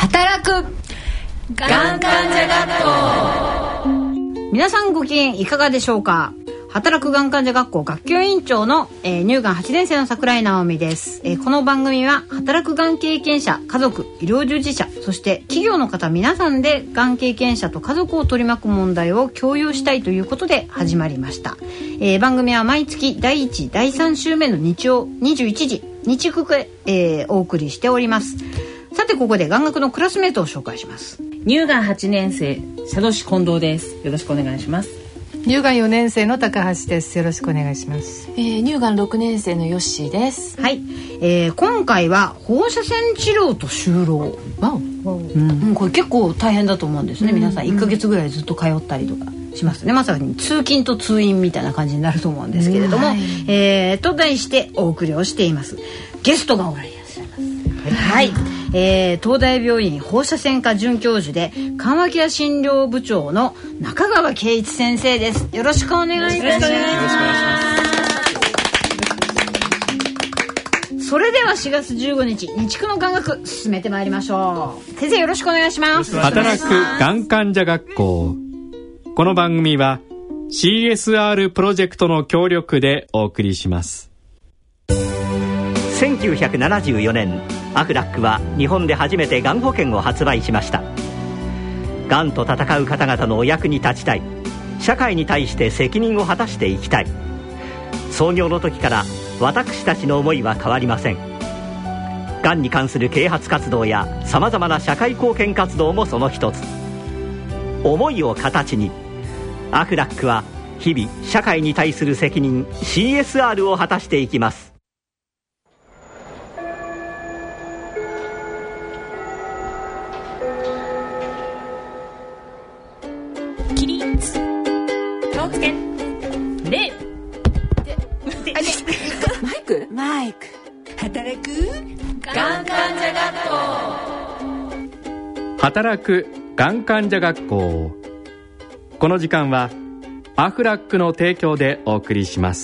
働くがん患者学校。 皆さんご機嫌いかがでしょうか。働くがん患者学校学級委員長の、乳がん8年生の桜井直美です。この番組は働くがん経験者、家族、医療従事者、そして企業の方皆さんでがん経験者と家族を取り巻く問題を共有したいということで始まりました。番組は毎月第1、第3週目の日曜21時日区で、お送りしております。さてここでがん学のクラスメートを紹介します。 乳がん8年生佐渡市近藤です。よろしくお願いします。 乳がん4年生の高橋です。よろしくお願いします。 乳がん6年生のヨッシーです。 はい、今回は放射線治療と就労。これ結構大変だと思うんですね。皆さん1ヶ月ぐらいずっと通ったりとかしますね。まさに通勤と通院みたいな感じになると思うんですけれども、と題してお送りをしています。ゲストがおられいらっしゃいます。はい、東大病院放射線科准教授で緩和ケア診療部長の中川圭一先生です。よろしくお願いいたします。それでは4月15日日区のがん学進めてまいりましょう。先生よろしくお願いします。 働くがん患者学校。この番組は CSR プロジェクトの協力でお送りします。 1974年アフラックは日本で初めてがん保険を発売しました。がんと闘う方々のお役に立ちたい、社会に対して責任を果たしていきたい。創業の時から私たちの思いは変わりません。がんに関する啓発活動やさまざまな社会貢献活動もその一つ。思いを形にアフラックは日々社会に対する責任 CSR を果たしていきます。 起立、気をつけ、礼。マイク。働くがん患者学校。 働くがん患者学校。この時間はアフラックの提供でお送りします。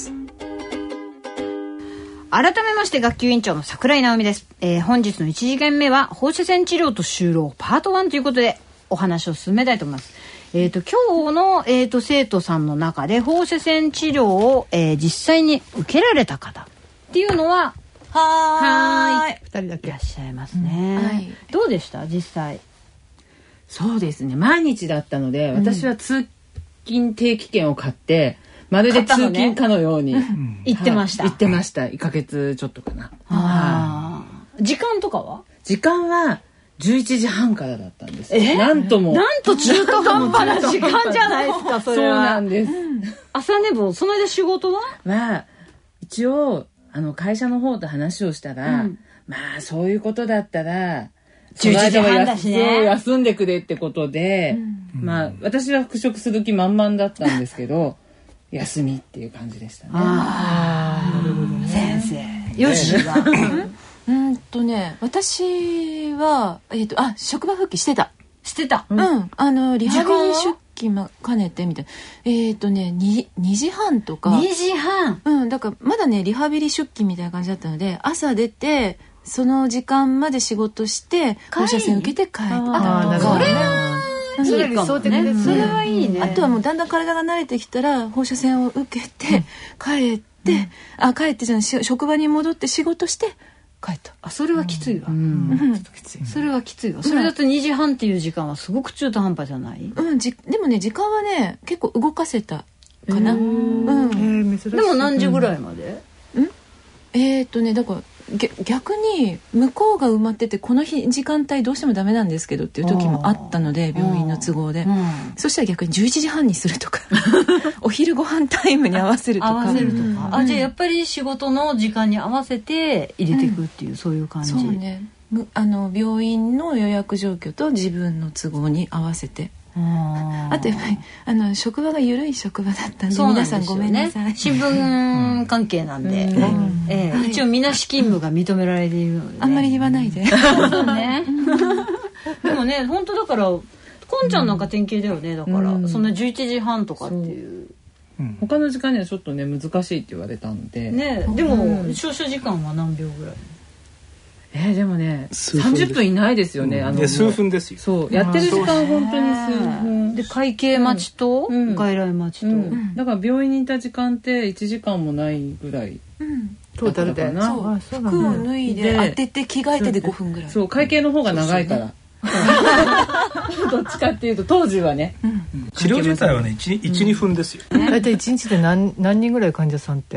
改めまして学級委員長の桜井直美です。本日の1時間目は放射線治療と就労パート1ということでお話を進めたいと思います。今日の、生徒さんの中で放射線治療を、実際に受けられた方っていうのは 2人だけいらっしゃいますね。どうでした実際。 そうですね、毎日だったので、私は通勤定期券を買ってまるで通勤かのように、 行ってました。 行ってました。1ヶ月ちょっとかな。 時間とかは？ 時間は11時半からだったんです。なんと中途半端な時間じゃないですか。それはそうなんです。 朝寝坊。その間仕事は一応会社の方と話をしたら、まあそういうことだったら 11時半だしね、 休んでくれってことで、まあ私は復職する気満々だったんですけど休みっていう感じでしたね。 先生、よしは私は職場復帰してた。 してた。 リハビリ出勤も兼ねてみたいな。2時半とか。 2時半。 だからまだねリハビリ出勤みたいな感じだったので、朝出てその時間まで仕事して放射線受けて帰ったとか。 それはいいかもね。それはいいね。 あとはもうだんだん体が慣れてきたら放射線を受けて帰ってじゃない、職場に戻って仕事して帰った。 それはきついわ。それはきついわ。それだと2時半っていう時間はすごく中途半端じゃない？ でもね時間はね結構動かせたかな。でも何時ぐらいまで？ だから逆に向こうが埋まっててこの日時間帯どうしてもダメなんですけどっていう時もあったので、病院の都合で、そしたら逆に11時半にするとかお昼ご飯タイムに合わせるとか。 じゃあやっぱり仕事の時間に合わせて入れていくっていう、そういう感じ。 そうね、病院の予約状況と自分の都合に合わせて。あとやっぱり職場が緩い職場だったんで、皆さんごめんなさい。 新聞関係なんで、一応みなし勤務が認められているので、 あんまり言わないで。 そうね。でもね、本当だからこんちゃんなんか典型だよね。だからそんな11時半とかっていう。 他の時間にはちょっとね難しいって言われたんで。 ね、でも照射時間は何秒ぐらい？ でもね30分いないですよね。 数分ですよ。 そうやってる時間本当に数分で会計待ちと外来待ちと、 だから病院にいた時間って1時間もないぐらいトータルで服を脱いで当てて着替えてで5分ぐらい。 そう会計の方が長いからどっちかっていうと当時はね、 治療自体はね 1,2 分ですよ。 大体1日で何人ぐらい患者さんって。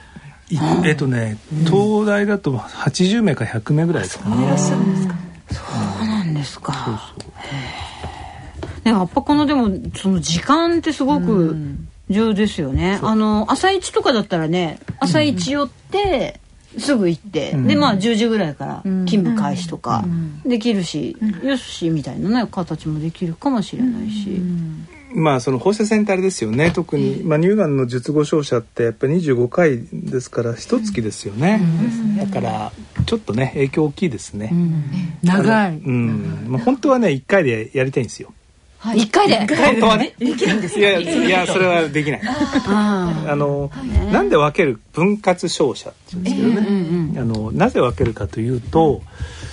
東大だと80名か100名ぐらいですかね。 いらっしゃるんですか。そうなんですか。やっぱこのでもその時間ってすごく重要ですよね。朝一とかだったらね、朝一寄ってすぐ行って、で10時ぐらいから勤務開始とかできるし、よしみたいなね形もできるかもしれないし。 その放射線ってあれですよね。特に、乳がんの術後照射ってやっぱり25回ですから1月ですよね。だからちょっとね影響大きいですね。 長い。 本当はね1回でやりたいんですよ。 1回で本当はねできるんですよ。いやそれはできない。なんで分ける分割照射って言うんですけどね。なぜ分けるかというと、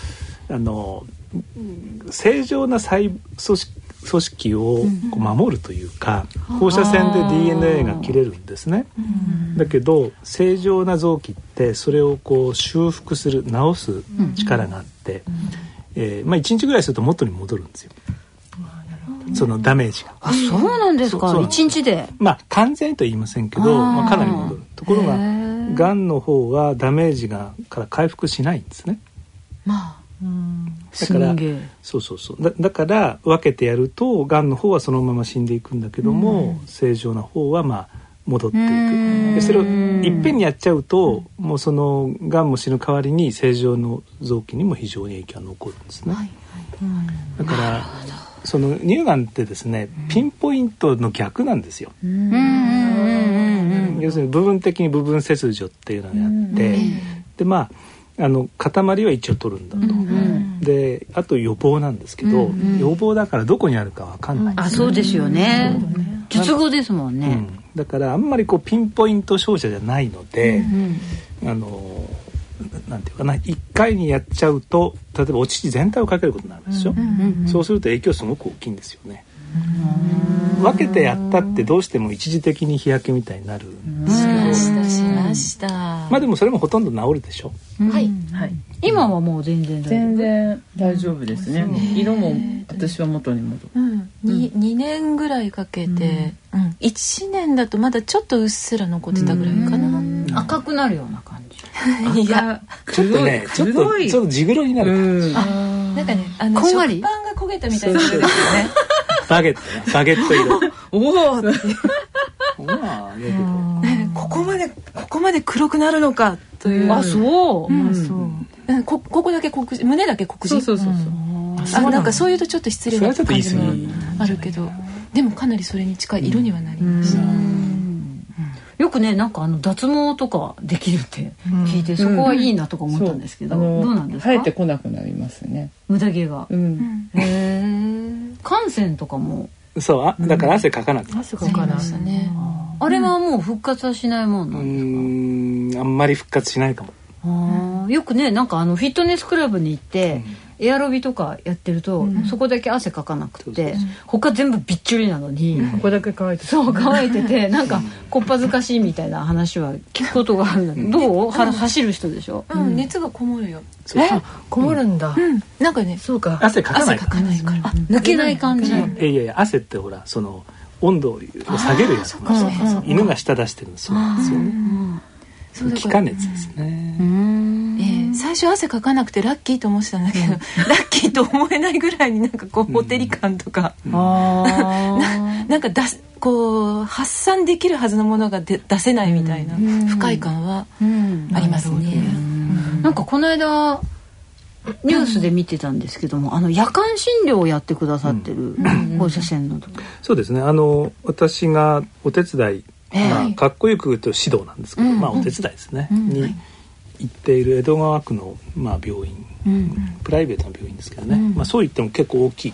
正常な細組織を守るというか、放射線で DNA が切れるんですね。だけど正常な臓器ってそれを修復する治す力があって、1日ぐらいすると元に戻るんですよ。そのダメージが。 そうなんですか。1日で。 完全とは言いませんけど、かなり戻る。ところががんの方はダメージから回復しないんですね。だからだから分けてやるとがんの方はそのまま死んでいくんだけども、正常な方は戻っていく。でそれをいっぺんにやっちゃうと、もうそのがんも死ぬ代わりに正常の臓器にも非常に影響が残るんですね。だからその乳がんってですね、ピンポイントの逆なんですよ。要するに部分的に部分切除っていうのをやって、で塊は一応取るんだと。であと予防なんですけど、予防だからどこにあるかわかんない。 そうですよね。術後ですもんね。 だからあんまりピンポイント照射じゃないので、なんていうかな、1回にやっちゃうと例えばお乳全体をかけることになるんですよ。そうすると影響すごく大きいんですよね。分けてやったってどうしても一時的に日焼けみたいになるんですけど、 しました。 でもそれもほとんど治るでしょ。 今はもう全然大丈夫ですね。色も私は元に戻る。 2年ぐらいかけて、1年だとまだちょっとうっすら残ってたぐらいかな。 赤くなるような感じ。 いやちょっとねちょっと地黒になる感じ。 なんかね食パンが焦げたみたいな色ですよね。 バゲット色。 ここまで黒くなるのかという。ここだけ黒人、胸だけ黒人。そう。なんかそういうとちょっと失礼な感じもあるけど、でもかなりそれに近い色にはなりました。 よくねなんか脱毛とかできるって聞いて、そこはいいなとか思ったんですけど、どうなんですか。 生えてこなくなりますね。 無駄毛が。汗腺とかも。 だから汗かかなくなった。 あれはもう復活はしないもんなんですか。 あんまり復活しないかも。 よくねなんかフィットネスクラブに行って、エアロビとかやってると、そこだけ汗かかなくて、他全部びっちょりなのに、 ここだけ乾いて乾いててなんかこっぱずかしいみたいな話は聞くことがあるんだけど、どう走る人でしょ。 熱がこもるよ。 こもるんだ。 なんかね、 そうか。汗かかないから抜けない感じ。 いや汗ってほらその温度を下げるやつ。犬が舌出してるんですよね。気化熱ですね。 最初汗かかなくてラッキーと思ってたんだけど、ラッキーと思えないぐらいになんかほてり感とか、なんか発散できるはずのものが出せないみたいな不快感はありますね。 なんかこの間ニュースで見てたんですけども、夜間診療をやってくださってる放射線の。 そうですね。私がお手伝い、かっこよく言うと指導なんですけど、お手伝いですね。に行っている江戸川区の病院、プライベートな病院ですけどね。そう言っても結構大きい。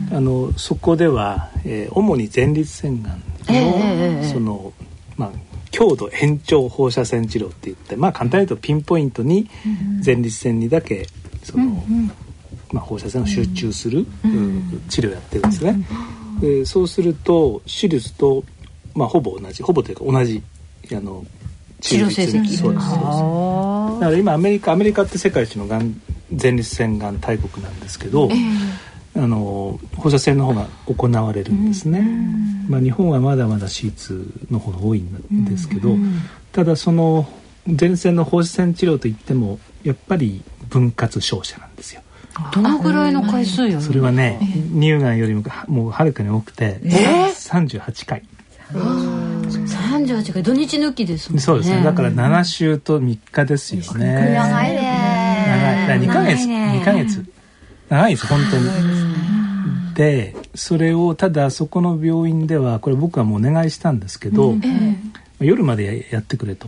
そこでは主に前立腺がんのその強度延長放射線治療って言って、まあ簡単に言うとピンポイントに前立腺にだけその、まあ、放射線を集中する、治療をやってるんですね。でそうすると手術と、まあ、ほぼというか同じ治療成績。 そうです。だから今アメリカって世界一の前立腺がん大国なんですけど、放射線の方が行われるんですね。まあ、日本はまだまだ手術の方が多いんですけど、ただその前立腺の放射線治療といってもやっぱり分割照射なんですよ。 どのぐらいの回数よ。 それはね、乳がんよりもうはるかに多くて、38回。 38回、土日抜きですもんね。 そうですね。だから7週と3日ですよね。 長いね。 長い。2ヶ月。長いです本当に。でそれをただそこの病院ではこれ僕はもうお願いしたんですけど、夜までやってくれと、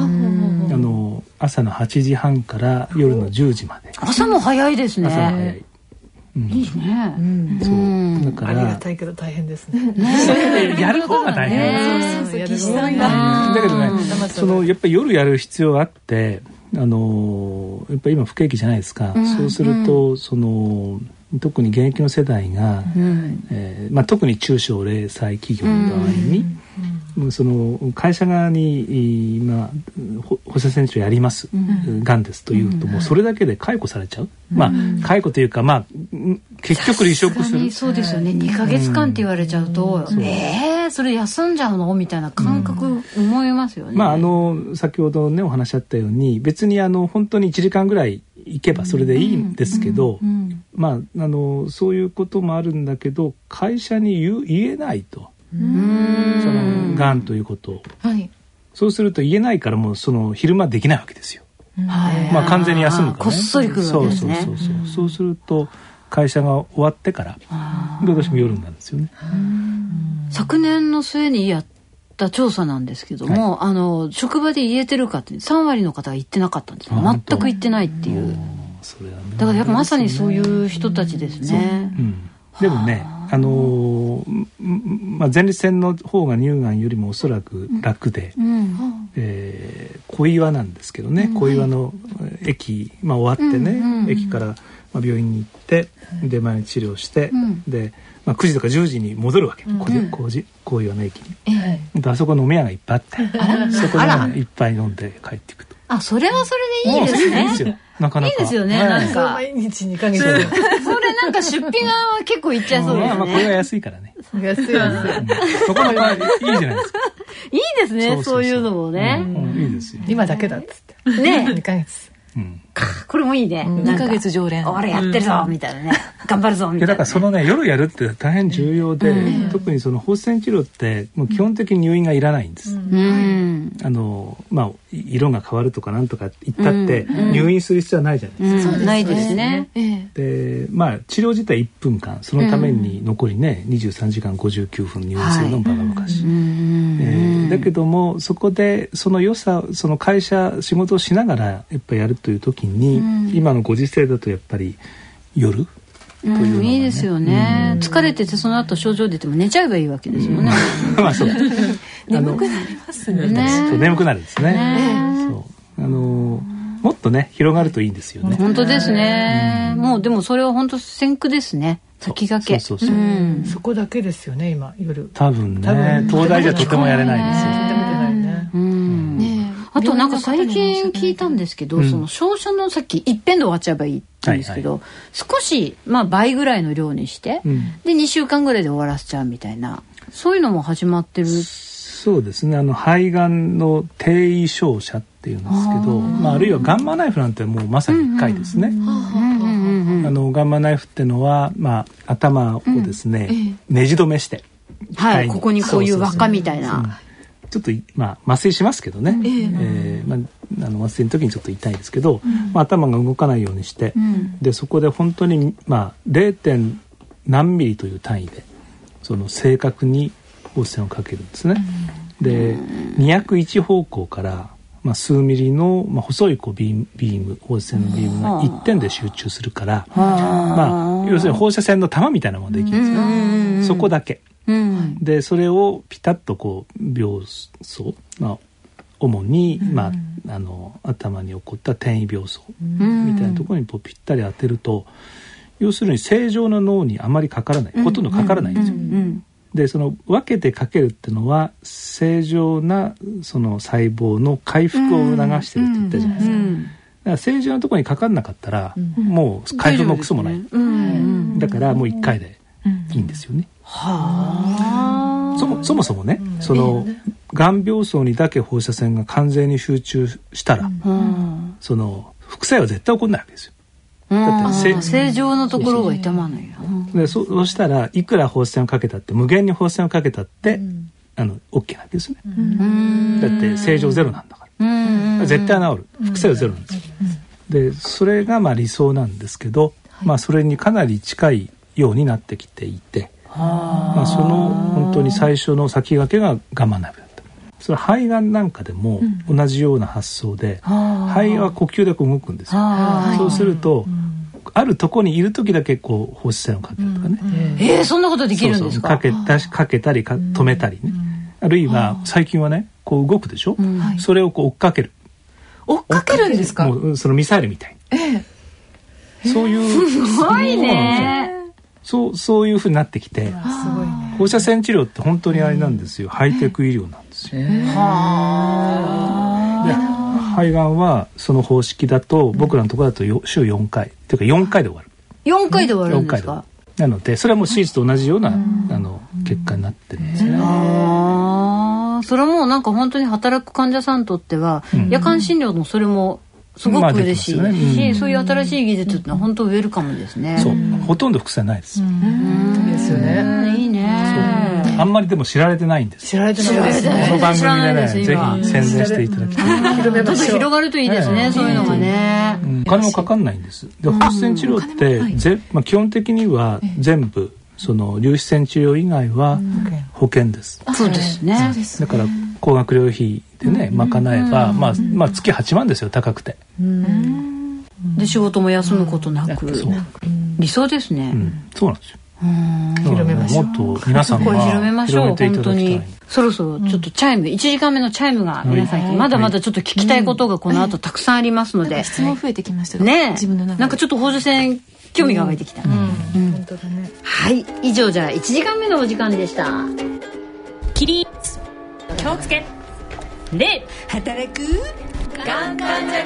朝の8時半から夜の10時まで。 朝も早いですね。 朝も早い。 いいね。 そうだからありがたいけど大変ですね。 やる方が大変。だけどね、やっぱり夜やる必要があって、やっぱり今不景気じゃないですか。そうすると特に現役の世代が、まあ、特に中小零細企業の場合に、その会社側に今放射線治療やります、がんですというと、もうそれだけで解雇されちゃう。まあ解雇というか、まあ結局離職する。 そうですよね。2ヶ月間って言われちゃうと、それ休んじゃうのみたいな感覚思いますよね。 まあ先ほどねお話あったように、別に本当に1時間ぐらい行けばそれでいいんですけど、まあそういうこともあるんだけど、会社に言えないと。そのがんということを、そうすると言えないから、もうその昼間できないわけですよ。まあ完全に休むからね。 こっそり来るわけですね。 そうすると会社が終わってからどうしても夜なんですよね。 昨年の末にやった調査なんですけども、職場で言えてるかって3割の方が言ってなかったんですよ。全く言ってないっていう。だからやっぱまさにそういう人たちですね。 でもね、まあ、前立腺の方が乳がんよりもおそらく楽で、小岩なんですけどね、小岩の駅、まあ、終わってね、駅から病院に行ってで毎日治療して、で、まあ、9時とか10時に戻るわけ、小岩の駅に。あそこ飲み屋がいっぱいあって、そこで、いっぱい飲んで帰っていくと。 それはそれでいいですね。 いいですよ。なかなか。 いいですよね。なんか毎日2ヶ月。 それなんか出費が結構いっちゃいそうですね。 まあこれは安いからね。 安い。 そこの場合いいじゃないですか。 いいですね。そういうのもね。 いいですよ。 今だけだっつって。 ね。 2ヶ月。 これもいいね。 2ヶ月常連。 俺やってるぞみたいなね。頑張るぞみたいな。 だからそのね、夜やるって大変重要で、特にその放射線治療ってもう基本的に入院がいらないんです。まあ色が変わるとかなんとか言ったって入院する必要はないじゃないですか。 ないですね。 で、まあ治療自体1分間、そのために残りね23時間59分入院するのもバカバカしい。だけどもそこでその良さ、その会社仕事をしながらやっぱやるという時に、今のご時世だとやっぱり夜というのがね、 いいですよね。疲れててその後症状出ても寝ちゃえばいいわけですよね。 まあそう。 眠くなりますね。 眠くなるんですね。そう。もっとね広がるといいんですよね。 本当ですね。もうでもそれは本当先駆ですね。先駆け。 そこだけですよね今夜。 多分ね、東大じゃとてもやれないですよ。 とても出ないね。 あとなんか最近聞いたんですけど、その照射のさっき一遍で終わっちゃえばいいって言うんですけど、少しまあ倍ぐらいの量にして、で2週間ぐらいで終わらせちゃうみたいな、そういうのも始まってる。 そうですね。肺がんの低位照射っていうんですけど、まああるいはガンマナイフなんてもうまさに1回ですね。ガンマナイフってのはまあ頭をですね、ねじ止めして、 はい、ここにこういう輪っかみたいな。 ちょっとまあ麻酔しますけどね、まあ、麻酔の時にちょっと痛いですけど、まあ、頭が動かないようにして、でそこで本当にまあ 0. 何ミリという単位でその正確に放射線をかけるんですね。で201方向から、まあ、数ミリの、まあ、細いビーム放射線のビームが一点で集中するから、まあ、要するに放射線の玉みたいなものができるんですよ、そこだけ。でそれをピタッとこう秒層、まあ、 主に、頭に起こった転移病巣みたいなところにぴったり当てると、要するに正常な脳にあまりかからない、ほとんどかからないんですよ。でその分けてかけるっていうのは正常なその細胞の回復を促してるって言ったじゃないですか。だから正常なところにかかんなかったら、もう回復もクソもない、だからもう1回でいいんですよね。そもそもね、そのがん病巣にだけ放射線が完全に集中したら、その副作用は絶対起こらないわけですよ。だって正常のところが痛まないよ。 でそうしたらいくら放射線をかけたって無限に放射線をかけたって、OK なわけですね。だって正常ゼロなんだから、絶対治る、副作用ゼロなんですよ。でそれが理想なんですけど、それにかなり近いようになってきていて、その本当に最初の先駆けがガンマナビだった。それ肺がんなんかでも同じような発想で、肺は呼吸で動くんですよ。そうすると、あるとこにいる時だけ放射線をかけるとかね、 そんなことできるんですか？ かけたり止めたりね、あるいは最近はね動くでしょ、それを追っかける。 追っかけるんですか？ もうそのミサイルみたいに、そういうすごいね。 そういうふうになってきて、放射線治療って本当にあれなんですよ、ハイテク医療なんですよ。で肺がんはその方式だと、僕らのところだと週4回っていうか4回で終わる。 4回で終わるんですか？ なのでそれはもう手術と同じような結果になってるんですね。 それはもうなんか本当に働く患者さんにとっては、夜間診療もそれもすごく嬉しいし、そういう新しい技術ってのは本当ウェルカムですね。 そう、ほとんど副作用ないです。 ですよね。 いいね。 あんまりでも知られてないんです。 知られてないですね。 この番組でね、ぜひ宣伝していただきたい。 ちょっと広がるといいですね、そういうのがね。 お金もかかんないんです。で、放射線治療って基本的には全部その粒子線治療以外は保険です。 そうですね。 だから高額療養費でね賄えば、月8万ですよ、高くて。 で仕事も休むことなく、理想ですね。 そうなんですよ。広めましょう。もっと皆さんが広めましょう。本当にそろそろちょっとチャイム、1時間目のチャイムが皆さんまだまだちょっと聞きたいことがこの後たくさんありますので、 質問増えてきましたね。 自分の中でなんかちょっと放射線興味が湧いてきた。 本当だね。 はい、以上じゃあ1時間目のお時間でした。 起立、気をつけ、礼、働くがん患者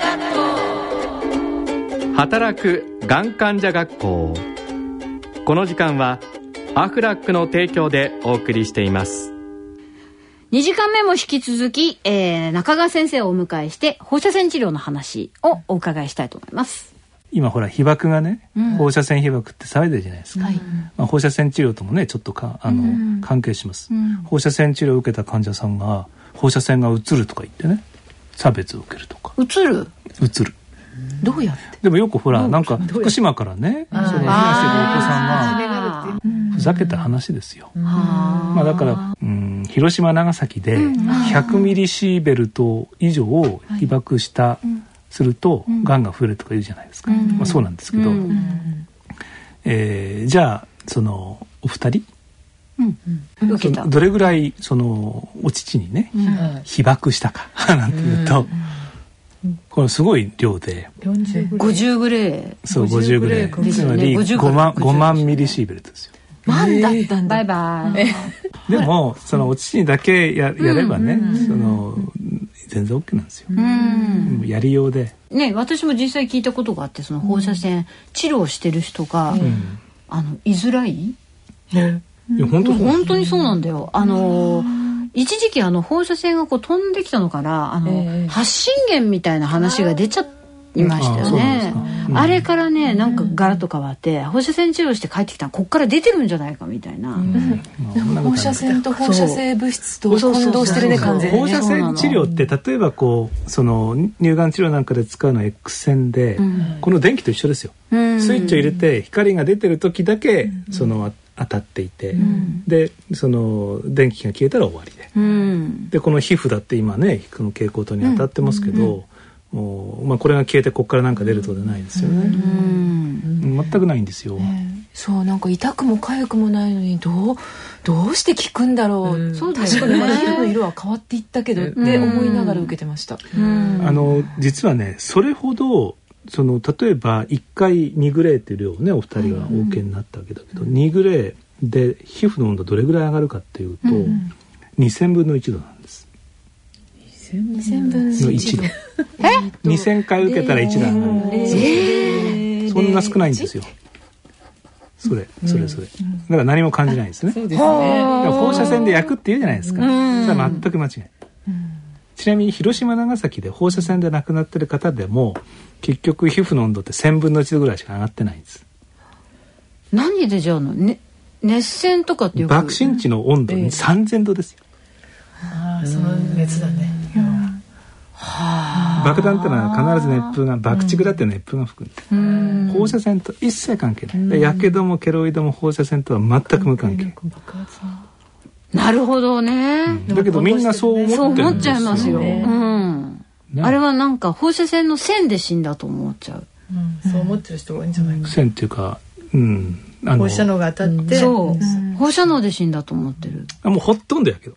学校。 働くがん患者学校。この時間はアフラックの提供でお送りしています。 2時間目も引き続き、中川先生をお迎えして放射線治療の話をお伺いしたいと思います。 今ほら被爆がね、放射線被爆って騒いでるじゃないですか。放射線治療ともねちょっと関係します。放射線治療を受けた患者さんが放射線がうつるとか言ってね、差別を受けるとか。 うつる。 どうやって？ でもよくほらなんか福島からね、その避難してるお子さんがふざけた話ですよ。だから広島長崎で100ミリシーベルト以上を被爆したするとがんが増えるとか言うじゃないですか。そうなんですけど、じゃあそのお二人、どれぐらいそのお乳にね、被爆したかなんていうと、これすごい量で 50グレー。 そう50グレー、つまり5万ミリシーベルトですよ。 万だったんだ。 バイバイ。 でもそのお乳にだけやればね、その全然 OK なんですよ。やりようでね。私も実際聞いたことがあって、その放射線治療してる人が居づらい。 本当にそうなんだよ。一時期放射線が飛んできたのから発信源みたいな話が出ちゃいましたよね。あれからねなんかガラッと変わって放射線治療して帰ってきたらこっから出てるんじゃないかみたいな。 放射線と放射性物質と混同してるね、完全に。 放射線治療って例えばその乳がん治療なんかで使うのは X 線で、この電気と一緒ですよ。スイッチを入れて光が出てる時だけその当たっていて、でその電気が消えたら終わりで、でこの皮膚だって今ねこの蛍光灯に当たってますけど、 これが消えてここからなんか出るとかじゃないですよね。全くないんですよ。 そうなんか痛くも痒くもないのにどうして効くんだろう。そう確かに皮膚の色は変わっていったけどって思いながら受けてました。 実はねそれほど例えば1回2グレーっていう量をねお二人はお受けになったわけだけど、2グレーで皮膚の温度どれぐらい上がるかっていうと、2000分の1度なんです。 2000分の1度 2000回受けたら1度上がる。そんな少ないんですよ。それだから何も感じないんですね。そうですね。放射線で焼くって言うじゃないですか。それは全く間違いない。ちなみに広島長崎で放射線で亡くなってる方でも結局皮膚の温度って1000分の1度ぐらいしか上がってないんです。 何でじゃあ熱線とかってよく爆心地の温度に3000度ですよ。 その熱だね。 爆弾ってのは必ず熱風が爆竹だって熱風が吹くんで、放射線と一切関係ない。やけどもケロイドも放射線とは全く無関係。 なるほどね。 だけどみんなそう思ってるんですよ。 そう思っちゃいますよ。あれはなんか放射線の線で死んだと思っちゃう。 そう思ってる人が多いんじゃないか。 線っていうか、 放射能が当たって、 放射能で死んだと思ってる。 もうほとんどやけど。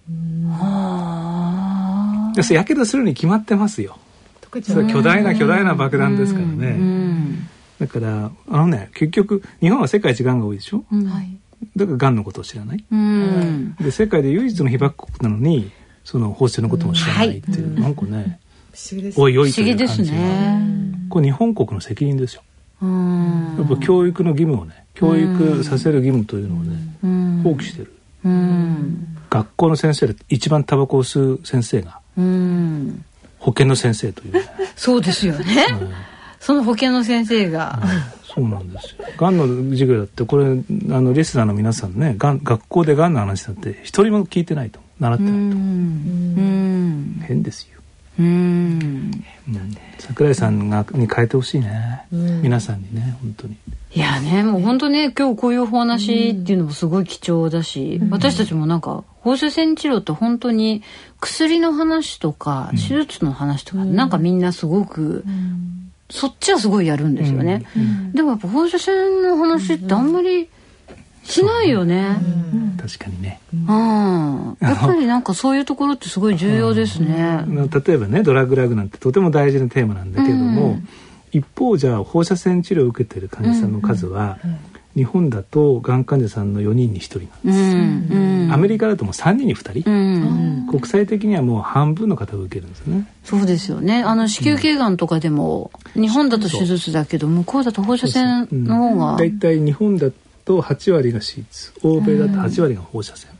やけどするに決まってますよ。それ巨大な爆弾ですからね。だから結局日本は世界一がんが多いでしょ。だからがんのことを知らない。で世界で唯一の被爆国なのにその放射のことも知らないっていう、なんかねおいおいという感じが、これ日本国の責任ですよ。やっぱ教育の義務をね、教育させる義務というのをね放棄してる。学校の先生で一番タバコを吸う先生が保健の先生というね。 そうですよね。その保健の先生が、 そうなんですよ。がんの授業だってこれリスナーの皆さんね、学校でがんの話だって一人も聞いてないと、習ってないと。変ですよ。桜井さんに変えてほしいね。皆さんにね、本当に。 いやね、もう本当ね、今日こういうお話っていうのもすごい貴重だし、私たちもなんか放射線治療って本当に薬の話とか手術の話とか、なんかみんなすごく、そっちはすごいやるんですよね。でもやっぱ放射線の話ってあんまりしないよね。 確かにね。 やっぱりなんかそういうところってすごい重要ですね。 例えばね、ドラッグラグなんてとても大事なテーマなんだけれども、一方じゃあ放射線治療を受けている患者さんの数は、日本だとがん患者さんの4人に1人なんです。アメリカだともう3人に2人、国際的にはもう半分の方が受けるんですね。 そうですよね。子宮頸がんとかでも、日本だと手術だけど向こうだと放射線の方が、 だいたい日本だと8割が手術、欧米だと8割が放射線。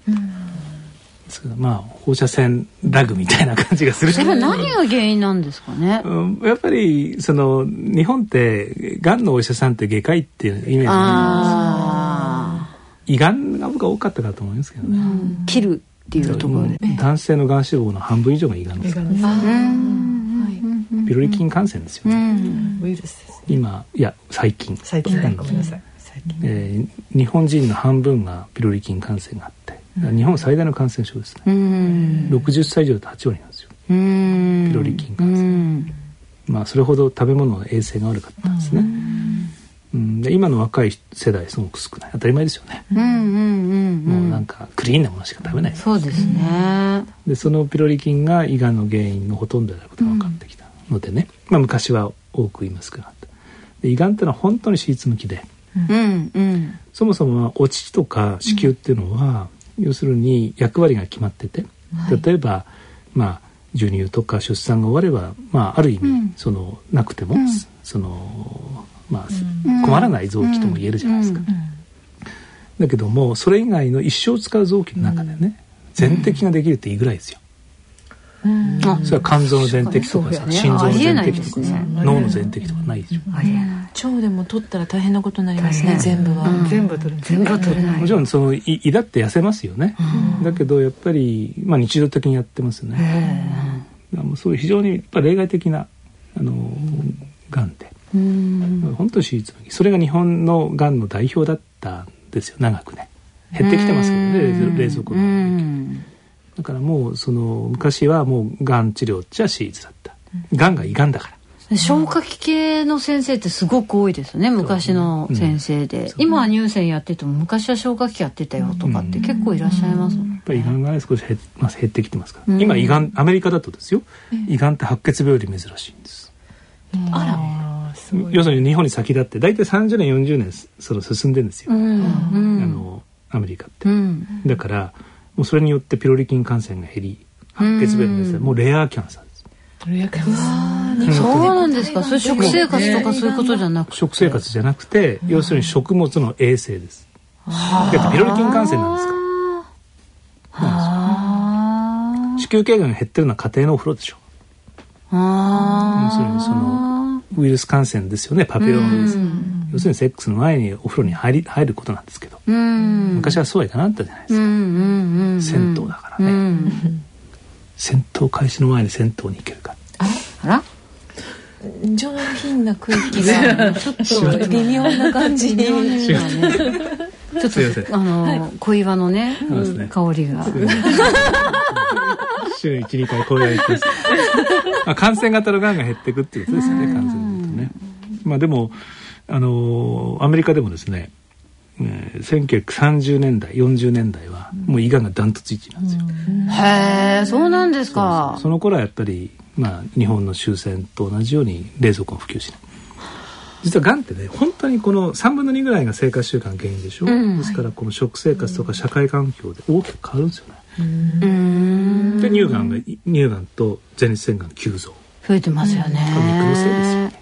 放射線ラグみたいな感じがする。 それは何が原因なんですかね。 やっぱり日本ってがんのお医者さんって外科医っていうイメージなんですよ。胃がんが僕は多かったかと思いますけどね。 切るっていうところで、 男性のがん死亡の半分以上が胃がんですから。ピロリ菌感染ですよね。 ウイルスです。 最近ごめんなさい。 日本人の半分がピロリ菌感染があって、日本最大の感染症ですね。60歳以上だと8割なんですよ。ピロリ菌感染。それほど食べ物の衛生が悪かったんですね。で今の若い世代すごく少ない。当たり前ですよね。もうなんかクリーンなものしか食べない。 そうですね。 でそのピロリ菌が胃がんの原因のほとんどであることが分かってきたのでね、昔は多く言いますけど、胃がんっていうのは本当に手術向きで、そもそもお乳とか子宮っていうのは、要するに役割が決まってて、例えば授乳とか出産が終われば、ある意味なくても、困らない臓器とも言えるじゃないですか。だけどもそれ以外の一生使う臓器の中でね、全摘ができるっていいぐらいですよ。それは肝臓の全摘とかさ、心臓の全摘とかさ、脳の全摘とかないでしょ。 腸でも取ったら大変なことになりますね。全部は全部取れない。 もちろん胃だって痩せますよね。だけどやっぱり日常的にやってますね。そういう非常にやっぱ例外的ながんで、本当に手術向き。それが日本のがんの代表だったんですよ。長くね減ってきてますけどね、冷蔵庫の影響。だからもう昔はもうがん治療っちゃ手術だった。 がんが胃がんだから。 消化器系の先生ってすごく多いですよね、昔の先生で。今は乳腺やってても昔は消化器やってたよとかって結構いらっしゃいます。 やっぱり胃がんが、ね、少し減ってきてますから、今胃がん、アメリカだとですよ、胃がんって白血病より珍しいんです。 あら、 要するに日本に先立って大体30年40年その進んでるんですよ、アメリカって、だからもうそれによってピロリ菌感染が減り、白血病の熱はもうレアキャンサーです。レアキャンサー、そうなんですか。それ食生活とかそういうことじゃなくて、 食生活じゃなくて、要するに食物の衛生です。だってピロリ菌感染なんですから。子宮頸がんが減ってるのは家庭のお風呂でしょ。要するにそのウイルス感染ですよね、パピローマウイルス。要するにセックスの前にお風呂に入ることなんですけど、昔はそうはいかなかったじゃないですか。銭湯だからね、戦闘開始の前に銭湯に行けるか。 あら、 上品な空気がちょっと微妙な感じに、ちょっと小岩のね、香りが週 1,2 回こうやってます感染型のがんが減っていくっていうことですよね、感染とね。まあでもアメリカでもですね、1930年代40年代はもう胃がんがダントツ1位なんですよ。 へえ、そうなんですか。 その頃はやっぱり、日本の終戦と同じように冷蔵庫が普及しない。実はがんってね、本当にこの3分の2ぐらいが生活習慣原因でしょ、ですからこの食生活とか社会環境で大きく変わるんですよね。で乳がんと前立腺がん急増増えてますよね。 肉のせいですよね。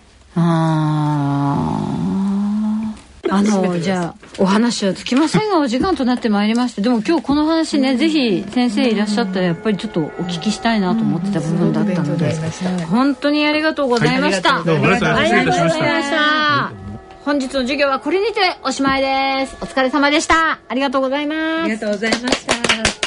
じゃあお話はつきませんがお時間となってまいりました。でも今日この話ね、ぜひ先生いらっしゃったらやっぱりちょっとお聞きしたいなと思ってた部分だったので、本当にありがとうございました。ありがとうございました。本日の授業はこれにておしまいです。お疲れ様でした。ありがとうございます。 ありがとうございました。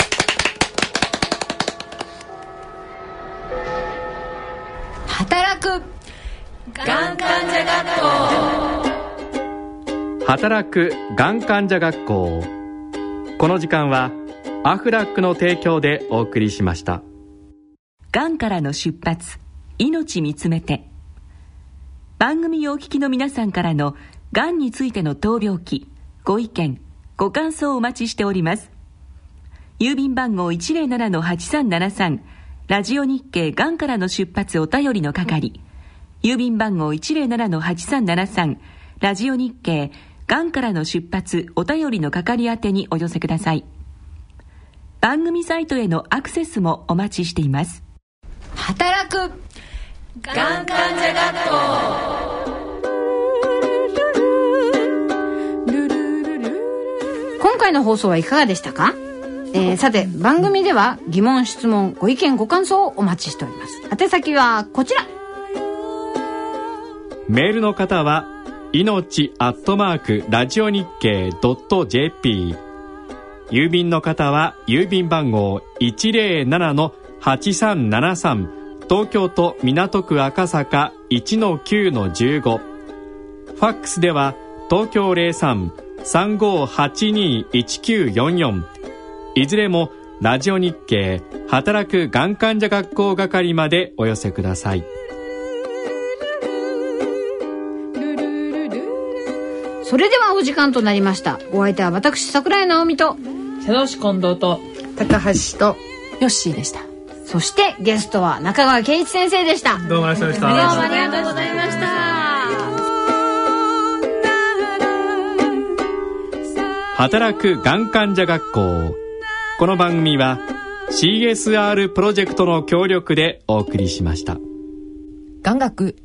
働くがん患者学校。 働くがん患者学校。この時間はアフラックの提供でお送りしました。 がんからの出発、命見つめて。番組をお聞きの皆さんからのがんについての闘病記、ご意見ご感想をお待ちしております。郵便番号 107-8373 ラジオ日経がんからの出発お便りの係、郵便番号 107-8373 ラジオ日経がんからの出発お便りの係宛てにお寄せください。番組サイトへのアクセスもお待ちしています。 働くがん患者学校。 今回の放送はいかがでしたか？さて番組では疑問質問ご意見ご感想をお待ちしております。宛先はこちら。 メールの方は命@ラジオ日経.jp、 郵便の方は郵便番号 107-8373 東京都港区赤坂 1-9-15、 ファックスでは東京 03-3582-1944、 いずれもラジオ日経働くがん患者学校係までお寄せください。 それではお時間となりました。お相手は私桜井直美と佐野市近藤と高橋とヨッシーでした。 そしてゲストは中川圭一先生でした。 どうもありがとうございました。 どうもありがとうございました。 働くがん患者学校。この番組は CSR プロジェクトの協力でお送りしました。 がん学